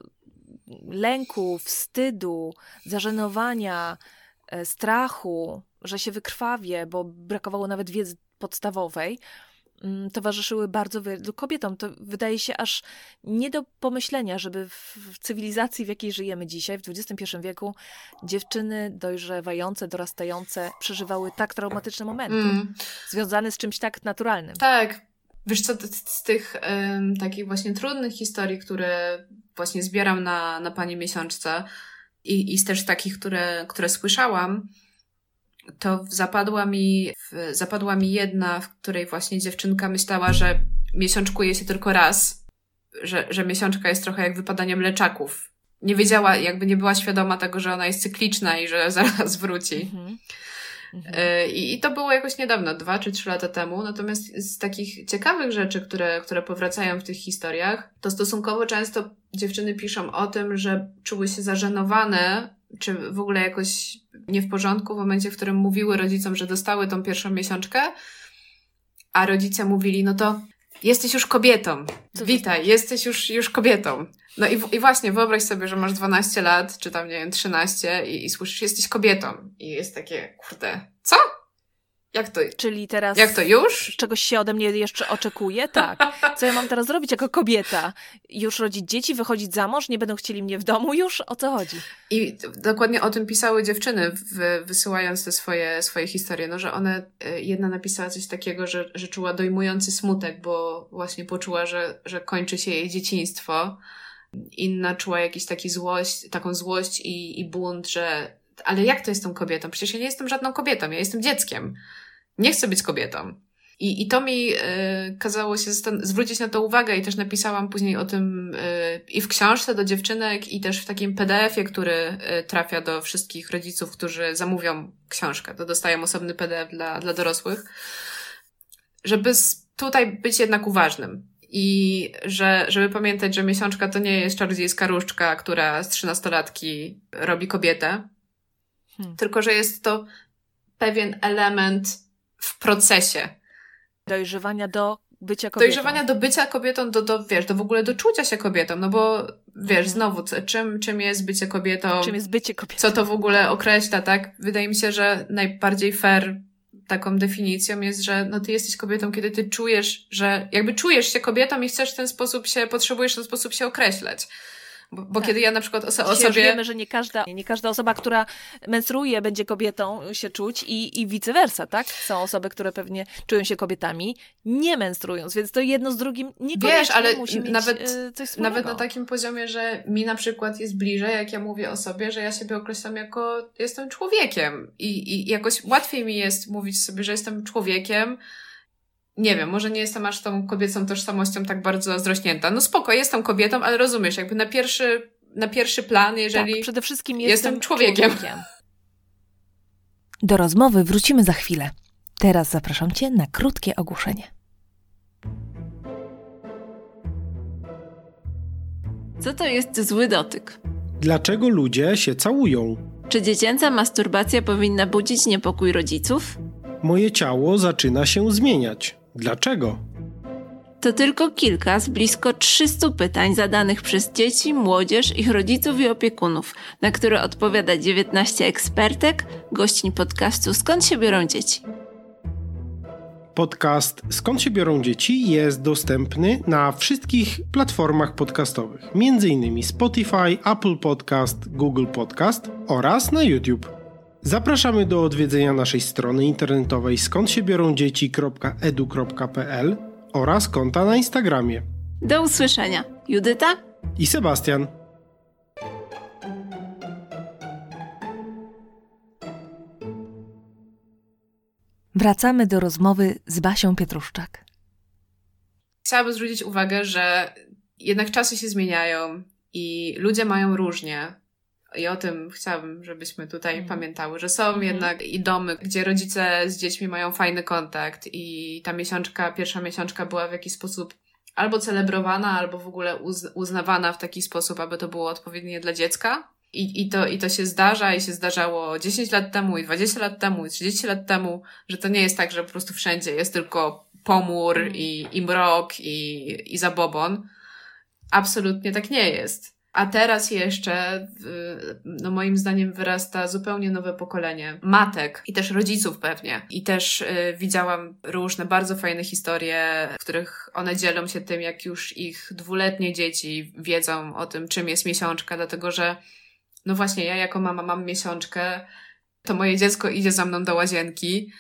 Speaker 2: lęku, wstydu, zażenowania, e, strachu, że się wykrwawię, bo brakowało nawet wiedzy podstawowej, towarzyszyły bardzo wielu kobietom. To wydaje się aż nie do pomyślenia, żeby w, w cywilizacji, w jakiej żyjemy dzisiaj, w dwudziestym pierwszym wieku, dziewczyny dojrzewające, dorastające przeżywały tak traumatyczne momenty, mm. związane z czymś tak naturalnym.
Speaker 1: Tak. Wiesz co, z tych um, takich właśnie trudnych historii, które właśnie zbieram na, na Pani Miesiączce i, i z też takich, które, które słyszałam, to zapadła mi, zapadła mi jedna, w której właśnie dziewczynka myślała, że miesiączkuje się tylko raz, że, że miesiączka jest trochę jak wypadanie mleczaków. Nie wiedziała, jakby nie była świadoma tego, że ona jest cykliczna i że zaraz wróci. Mm-hmm. Mm-hmm. I, I to było jakoś niedawno, dwa czy trzy lata temu. Natomiast z takich ciekawych rzeczy, które, które powracają w tych historiach, to stosunkowo często dziewczyny piszą o tym, że czuły się zażenowane, czy w ogóle jakoś nie w porządku w momencie, w którym mówiły rodzicom, że dostały tą pierwszą miesiączkę, a rodzice mówili, no to jesteś już kobietą, Co witaj, jesteś już, już kobietą. No i, i właśnie wyobraź sobie, że masz dwanaście lat, czy tam, nie wiem, trzynaście i, i słyszysz, jesteś kobietą. I jest takie, kurde, co? Jak to?
Speaker 2: Czyli teraz...
Speaker 1: Jak to już?
Speaker 2: Czegoś się ode mnie jeszcze oczekuje? Tak. Co ja mam teraz robić jako kobieta? Już rodzić dzieci, wychodzić za mąż? Nie będą chcieli mnie w domu już? O co chodzi?
Speaker 1: I dokładnie o tym pisały dziewczyny, w, wysyłając te swoje, swoje historie. No, że one, jedna napisała coś takiego, że, że czuła dojmujący smutek, bo właśnie poczuła, że, że kończy się jej dzieciństwo. Inna czuła jakiś taki złość, taką złość i, i bunt, że ale jak to jestem kobietą? Przecież ja nie jestem żadną kobietą, ja jestem dzieckiem. Nie chcę być kobietą. I, i to mi y, kazało się zastan- zwrócić na to uwagę i też napisałam później o tym y, i w książce do dziewczynek i też w takim P D F-ie, który y, trafia do wszystkich rodziców, którzy zamówią książkę. To dostają osobny P D F dla, dla dorosłych. Żeby tutaj być jednak uważnym. I że, żeby pamiętać, że miesiączka to nie jest czarodziejska różdżka, która z trzynastolatki robi kobietę, hmm. tylko że jest to pewien element w procesie.
Speaker 2: Dojrzewania do bycia kobietą.
Speaker 1: Dojrzewania do bycia kobietą, do, do, wiesz, do w ogóle do czucia się kobietą, no bo wiesz, hmm. znowu, czym, czym jest bycie kobietą?
Speaker 2: Czym jest bycie kobietą?
Speaker 1: Co to w ogóle określa, tak? Wydaje mi się, że najbardziej fair taką definicją jest, że no ty jesteś kobietą, kiedy ty czujesz, że jakby czujesz się kobietą i chcesz w ten sposób się, potrzebujesz w ten sposób się określać. Bo, bo tak. kiedy ja na przykład o, o sobie...
Speaker 2: wiemy, że nie każda, nie każda osoba, która menstruuje, będzie kobietą się czuć i, i vice versa, tak? Są osoby, które pewnie czują się kobietami, nie menstruując, więc to jedno z drugim niekoniecznie Wiesz, ale musi mieć
Speaker 1: nawet,
Speaker 2: coś wspólnego.
Speaker 1: Nawet na takim poziomie, że mi na przykład jest bliżej, jak ja mówię o sobie, że ja siebie określam jako jestem człowiekiem i, i jakoś łatwiej mi jest mówić sobie, że jestem człowiekiem. Nie wiem, może nie jestem aż tą kobiecą tożsamością tak bardzo zrośnięta. No spoko, jestem kobietą, ale rozumiesz, jakby na pierwszy, na pierwszy plan, jeżeli
Speaker 2: tak, przede wszystkim
Speaker 1: jestem, jestem człowiekiem. człowiekiem.
Speaker 2: Do rozmowy wrócimy za chwilę. Teraz zapraszam Cię na krótkie ogłoszenie.
Speaker 3: Co to jest zły dotyk?
Speaker 4: Dlaczego ludzie się całują?
Speaker 3: Czy dziecięca masturbacja powinna budzić niepokój rodziców?
Speaker 4: Moje ciało zaczyna się zmieniać. Dlaczego?
Speaker 3: To tylko kilka z blisko trzystu pytań zadanych przez dzieci, młodzież, ich rodziców i opiekunów, na które odpowiada dziewiętnaście ekspertek, gościń podcastu Skąd się biorą dzieci?
Speaker 4: Podcast Skąd się biorą dzieci jest dostępny na wszystkich platformach podcastowych, między innymi Spotify, Apple Podcast, Google Podcast oraz na YouTube. Zapraszamy do odwiedzenia naszej strony internetowej skądsiebiorondzieci kropka edu kropka pe el oraz konta na Instagramie.
Speaker 3: Do usłyszenia. Judyta
Speaker 4: i Sebastian.
Speaker 2: Wracamy do rozmowy z Basią Pietruszczak.
Speaker 1: Chciałabym zwrócić uwagę, że jednak czasy się zmieniają i ludzie mają różnie. I o tym chciałabym, żebyśmy tutaj mm. pamiętały, że są mm. jednak i domy, gdzie rodzice z dziećmi mają fajny kontakt i ta miesiączka, pierwsza miesiączka była w jakiś sposób albo celebrowana, albo w ogóle uz- uznawana w taki sposób, aby to było odpowiednie dla dziecka. I, i, to, I to się zdarza i się zdarzało dziesięć lat temu i dwadzieścia lat temu i trzydzieści lat temu, że to nie jest tak, że po prostu wszędzie jest tylko pomór mm. i, i mrok i, i zabobon. Absolutnie tak nie jest. A teraz jeszcze, no moim zdaniem wyrasta zupełnie nowe pokolenie matek i też rodziców pewnie. I też y, widziałam różne bardzo fajne historie, w których one dzielą się tym, jak już ich dwuletnie dzieci wiedzą o tym, czym jest miesiączka, dlatego że no właśnie ja jako mama mam miesiączkę, to moje dziecko idzie za mną do łazienki,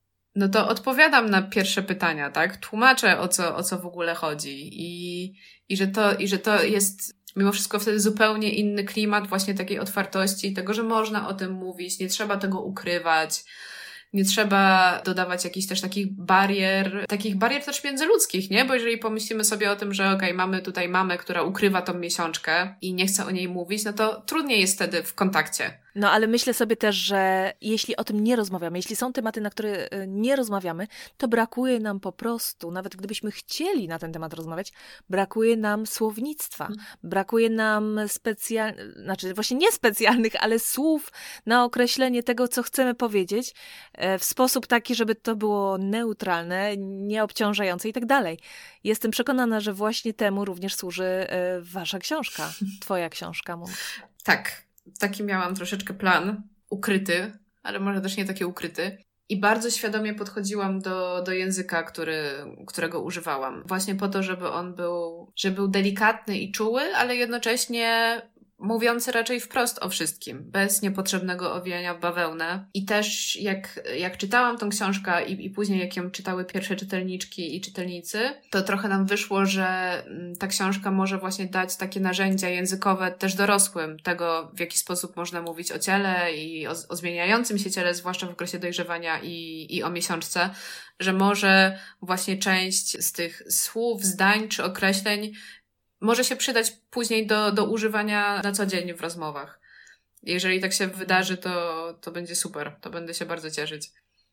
Speaker 1: no to odpowiadam na pierwsze pytania, tak? Tłumaczę o co, o co w ogóle chodzi i, i że to, i że to jest mimo wszystko wtedy zupełnie inny klimat właśnie takiej otwartości, tego, że można o tym mówić, nie trzeba tego ukrywać, nie trzeba dodawać jakichś też takich barier, takich barier też międzyludzkich, nie? Bo jeżeli pomyślimy sobie o tym, że okej, okay, mamy tutaj mamę, która ukrywa tą miesiączkę i nie chce o niej mówić, no to trudniej jest wtedy w kontakcie.
Speaker 2: No ale myślę sobie też, że jeśli o tym nie rozmawiamy, jeśli są tematy, na które nie rozmawiamy, to brakuje nam po prostu, nawet gdybyśmy chcieli na ten temat rozmawiać, brakuje nam słownictwa, hmm. brakuje nam specjalnych, znaczy właśnie nie specjalnych, ale słów na określenie tego, co chcemy powiedzieć w sposób taki, żeby to było neutralne, nieobciążające i tak dalej. Jestem przekonana, że właśnie temu również służy wasza książka, twoja książka, Munk.
Speaker 1: Tak. Taki miałam troszeczkę plan, ukryty, ale może też nie taki ukryty. I bardzo świadomie podchodziłam do, do języka, który, którego używałam. Właśnie po to, żeby on był, żeby był delikatny i czuły, ale jednocześnie mówiący raczej wprost o wszystkim, bez niepotrzebnego owijania w bawełnę. I też jak, jak czytałam tą książkę i, i później jak ją czytały pierwsze czytelniczki i czytelnicy, to trochę nam wyszło, że ta książka może właśnie dać takie narzędzia językowe też dorosłym, tego w jaki sposób można mówić o ciele i o, o zmieniającym się ciele, zwłaszcza w okresie dojrzewania i, i o miesiączce, że może właśnie część z tych słów, zdań czy określeń może się przydać później do, do używania na co dzień w rozmowach. Jeżeli tak się wydarzy, to, to będzie super. To będę się bardzo cieszyć.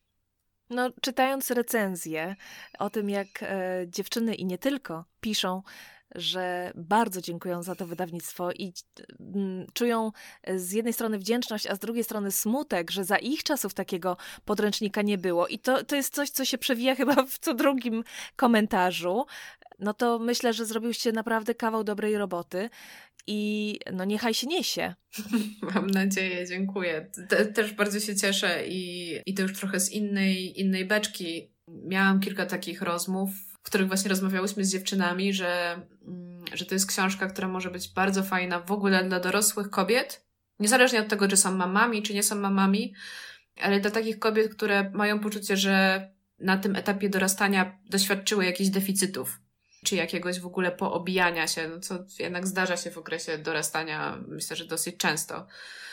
Speaker 2: No, czytając recenzje o tym, jak e, dziewczyny i nie tylko piszą, że bardzo dziękują za to wydawnictwo i mm, czują z jednej strony wdzięczność, a z drugiej strony smutek, że za ich czasów takiego podręcznika nie było. I to, to jest coś, co się przewija chyba w co drugim komentarzu. No to myślę, że zrobiłyście naprawdę kawał dobrej roboty i no niechaj się niesie.
Speaker 1: Mam nadzieję, dziękuję. Te, też bardzo się cieszę i, i to już trochę z innej, innej beczki. Miałam kilka takich rozmów, w których właśnie rozmawiałyśmy z dziewczynami, że, że to jest książka, która może być bardzo fajna w ogóle dla dorosłych kobiet, niezależnie od tego, czy są mamami, czy nie są mamami, ale dla takich kobiet, które mają poczucie, że na tym etapie dorastania doświadczyły jakichś deficytów, czy jakiegoś w ogóle poobijania się, no co jednak zdarza się w okresie dorastania, myślę, że dosyć często.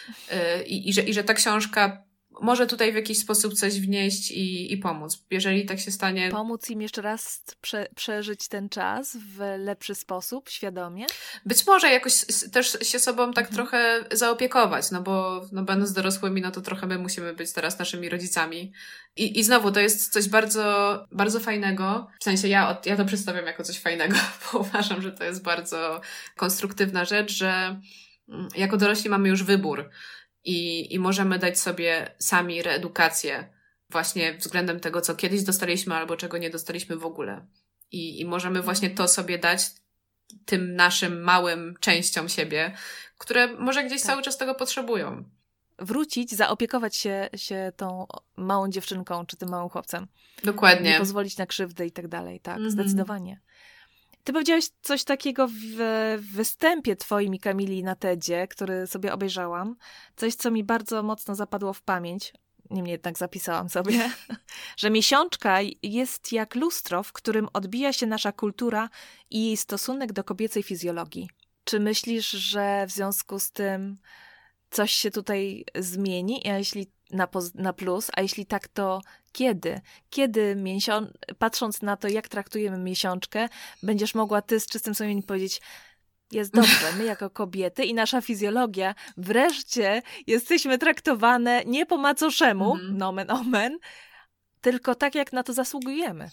Speaker 1: I, i, że, i że ta książka może tutaj w jakiś sposób coś wnieść i, i pomóc. Jeżeli tak się stanie...
Speaker 2: Pomóc im jeszcze raz prze, przeżyć ten czas w lepszy sposób, świadomie?
Speaker 1: Być może jakoś też się sobą tak
Speaker 2: mhm.
Speaker 1: trochę zaopiekować, no bo no będąc dorosłymi, no to trochę my musimy być teraz naszymi rodzicami. I, i znowu to jest coś bardzo, bardzo fajnego. W sensie ja, ja to przedstawiam jako coś fajnego, bo uważam, że to jest bardzo konstruktywna rzecz, że jako dorośli mamy już wybór. I, I możemy dać sobie sami reedukację właśnie względem tego, co kiedyś dostaliśmy albo czego nie dostaliśmy w ogóle. I, i możemy właśnie to sobie dać tym naszym małym częściom siebie, które może gdzieś tak. cały czas tego potrzebują.
Speaker 2: Wrócić, zaopiekować się, się tą małą dziewczynką czy tym małym chłopcem.
Speaker 1: Dokładnie.
Speaker 2: Nie pozwolić na krzywdę i tak dalej. Tak, mm-hmm. zdecydowanie. Ty powiedziałaś coś takiego w występie twoim i Kamili na TEDzie, który sobie obejrzałam. Coś, co mi bardzo mocno zapadło w pamięć. Niemniej jednak zapisałam sobie, że miesiączka jest jak lustro, w którym odbija się nasza kultura i jej stosunek do kobiecej fizjologii. Czy myślisz, że w związku z tym coś się tutaj zmieni, a jeśli na, poz- na plus, a jeśli tak, to kiedy? Kiedy, miesią- patrząc na to, jak traktujemy miesiączkę, będziesz mogła ty z czystym sumieniem powiedzieć, jest dobrze, my jako kobiety i nasza fizjologia wreszcie jesteśmy traktowane nie po macoszemu, mm-hmm. nomen omen, tylko tak, jak na to zasługujemy.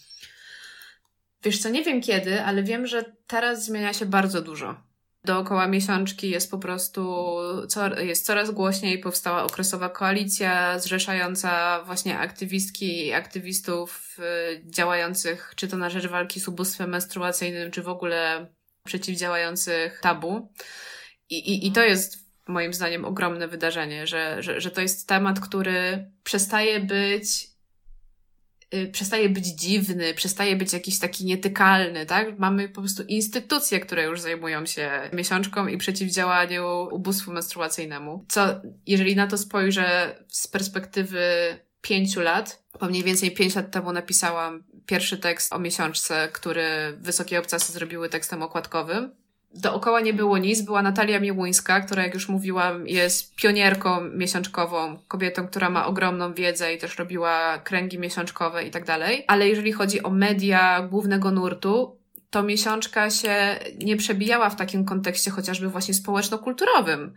Speaker 1: Wiesz co, nie wiem kiedy, ale wiem, że teraz zmienia się bardzo dużo. Dookoła miesiączki jest po prostu, co, jest coraz głośniej, powstała okresowa koalicja zrzeszająca właśnie aktywistki i aktywistów y, działających czy to na rzecz walki z ubóstwem menstruacyjnym, czy w ogóle przeciwdziałających tabu. I, i, i to jest moim zdaniem ogromne wydarzenie, że, że, że to jest temat, który przestaje być przestaje być dziwny, przestaje być jakiś taki nietykalny, tak? Mamy po prostu instytucje, które już zajmują się miesiączką i przeciwdziałaniu ubóstwu menstruacyjnemu. Co, jeżeli na to spojrzę z perspektywy pięciu lat, bo mniej więcej pięć lat temu napisałam pierwszy tekst o miesiączce, który Wysokie Obcasy zrobiły tekstem okładkowym. Dookoła nie było nic. Była Natalia Miłuńska, która, jak już mówiłam, jest pionierką miesiączkową, kobietą, która ma ogromną wiedzę i też robiła kręgi miesiączkowe i tak dalej. Ale jeżeli chodzi o media głównego nurtu, to miesiączka się nie przebijała w takim kontekście chociażby właśnie społeczno-kulturowym.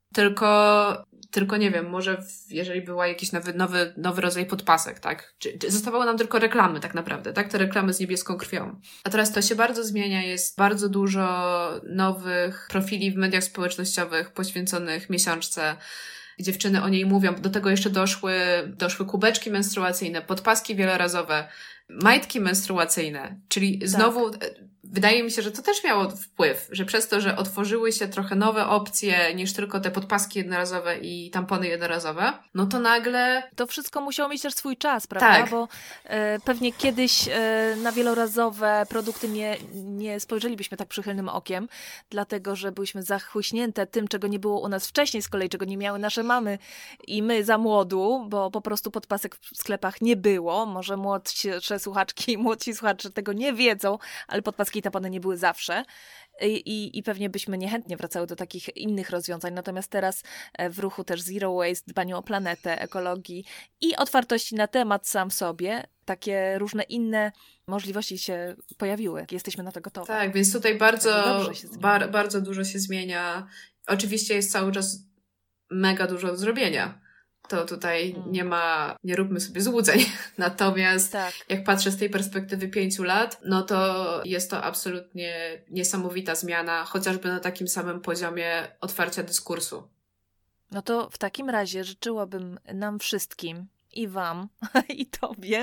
Speaker 1: Tylko, tylko nie wiem, może w, jeżeli była jakiś nowy, nowy, nowy rodzaj podpasek, tak? Czy, czy zostawały nam tylko reklamy tak naprawdę, tak? Te reklamy z niebieską krwią. A teraz to się bardzo zmienia, jest bardzo dużo nowych profili w mediach społecznościowych poświęconych miesiączce. Dziewczyny o niej mówią. Do tego jeszcze doszły, doszły kubeczki menstruacyjne, podpaski wielorazowe. Majtki menstruacyjne, czyli znowu... Tak. Wydaje mi się, że to też miało wpływ, że przez to, że otworzyły się trochę nowe opcje niż tylko te podpaski jednorazowe i tampony jednorazowe, no to nagle...
Speaker 2: To wszystko musiało mieć też swój czas, prawda?
Speaker 1: Tak.
Speaker 2: Bo e, pewnie kiedyś e, na wielorazowe produkty nie, nie spojrzelibyśmy tak przychylnym okiem, dlatego, że byliśmy zachłyśnięte tym, czego nie było u nas wcześniej z kolei, czego nie miały nasze mamy i my za młodu, bo po prostu podpasek w sklepach nie było. Może młodsze słuchaczki i młodsi słuchacze tego nie wiedzą, ale podpaski i tampony nie były zawsze I, i, i pewnie byśmy niechętnie wracały do takich innych rozwiązań. Natomiast teraz w ruchu też zero waste, dbaniu o planetę, ekologii i otwartości na temat sam w sobie, takie różne inne możliwości się pojawiły. Jesteśmy na to gotowi.
Speaker 1: Tak, więc tutaj bardzo, bar,
Speaker 2: bardzo
Speaker 1: bardzo dużo się zmienia. Oczywiście jest cały czas mega dużo do zrobienia. To tutaj hmm. nie ma, nie róbmy sobie złudzeń. Natomiast tak. jak patrzę z tej perspektywy pięciu lat, no to jest to absolutnie niesamowita zmiana, chociażby na takim samym poziomie otwarcia dyskursu.
Speaker 2: No to w takim razie życzyłabym nam wszystkim, i wam, i tobie,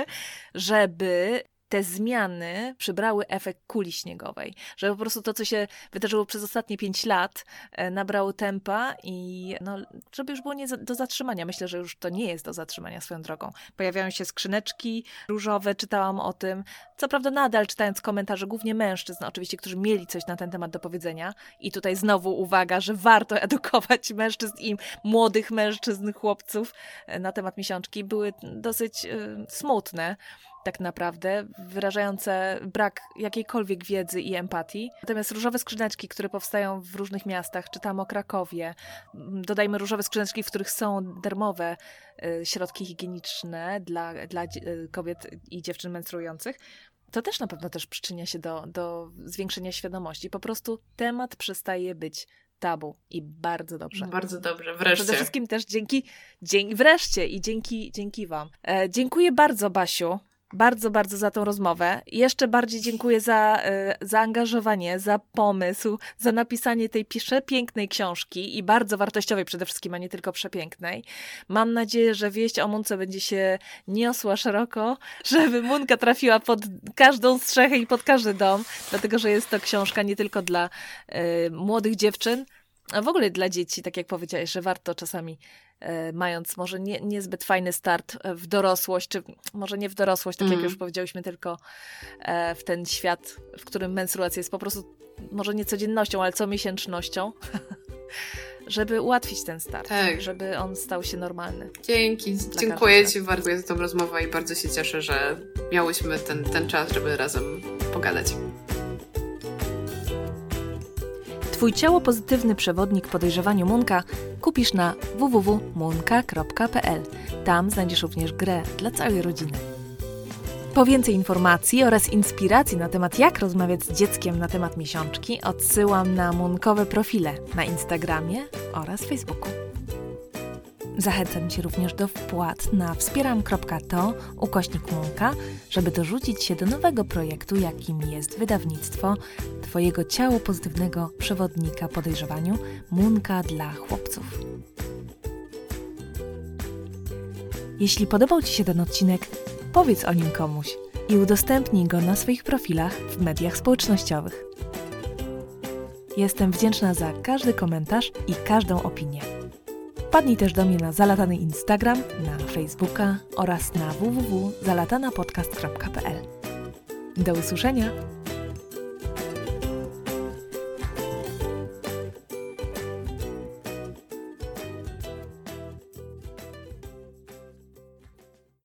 Speaker 2: żeby te zmiany przybrały efekt kuli śniegowej. Żeby po prostu to, co się wydarzyło przez ostatnie pięć lat, nabrało tempa i no, żeby już było nie do zatrzymania. Myślę, że już to nie jest do zatrzymania swoją drogą. Pojawiają się skrzyneczki różowe, czytałam o tym. Co prawda nadal czytając komentarze, głównie mężczyzn oczywiście, którzy mieli coś na ten temat do powiedzenia. I tutaj znowu uwaga, że warto edukować mężczyzn i młodych mężczyzn, chłopców na temat miesiączki. Były dosyć y, smutne. Tak naprawdę, wyrażające brak jakiejkolwiek wiedzy i empatii. Natomiast różowe skrzyneczki, które powstają w różnych miastach, czytam o Krakowie, dodajmy różowe skrzyneczki, w których są darmowe y, środki higieniczne dla, dla y, kobiet i dziewczyn menstruujących, to też na pewno też przyczynia się do, do zwiększenia świadomości. Po prostu temat przestaje być tabu i bardzo dobrze.
Speaker 1: Bardzo dobrze, wreszcie.
Speaker 2: Przede wszystkim też dzięki, dzięki wreszcie i dzięki, dzięki wam. E, dziękuję bardzo, Basiu. Bardzo, bardzo za tą rozmowę. Jeszcze bardziej dziękuję za y, zaangażowanie, za pomysł, za napisanie tej przepięknej książki i bardzo wartościowej przede wszystkim, a nie tylko przepięknej. Mam nadzieję, że wieść o Munce będzie się niosła szeroko, żeby Munka trafiła pod każdą strzechę i pod każdy dom, dlatego, że jest to książka nie tylko dla y, młodych dziewczyn, a w ogóle dla dzieci, tak jak powiedziałeś, że warto czasami, e, mając może nie, niezbyt fajny start w dorosłość, czy może nie w dorosłość, tak mm. jak już powiedziałyśmy, tylko e, w ten świat, w którym menstruacja jest po prostu może nie codziennością, ale comiesięcznością, żeby ułatwić ten start, tak. żeby on stał się normalny.
Speaker 1: Dzięki, dziękuję Ci bardzo za tą rozmowę i bardzo się cieszę, że miałyśmy ten, ten czas, żeby razem pogadać.
Speaker 2: Twój ciało pozytywny przewodnik podejrzewaniu Munka kupisz na w w w kropka munka kropka p l. Tam znajdziesz również grę dla całej rodziny. Po więcej informacji oraz inspiracji na temat jak rozmawiać z dzieckiem na temat miesiączki odsyłam na munkowe profile na Instagramie oraz Facebooku. Zachęcam Cię również do wpłat na wspieram kropka to ukośnik Munka, żeby dorzucić się do nowego projektu, jakim jest wydawnictwo Twojego ciało pozytywnego przewodnika podejrzewaniu Munka dla chłopców. Jeśli podobał Ci się ten odcinek, powiedz o nim komuś i udostępnij go na swoich profilach w mediach społecznościowych. Jestem wdzięczna za każdy komentarz i każdą opinię. Wpadnij też do mnie na Zalatany Instagram, na Facebooka oraz na w w w kropka zalatana podcast kropka p l. Do usłyszenia!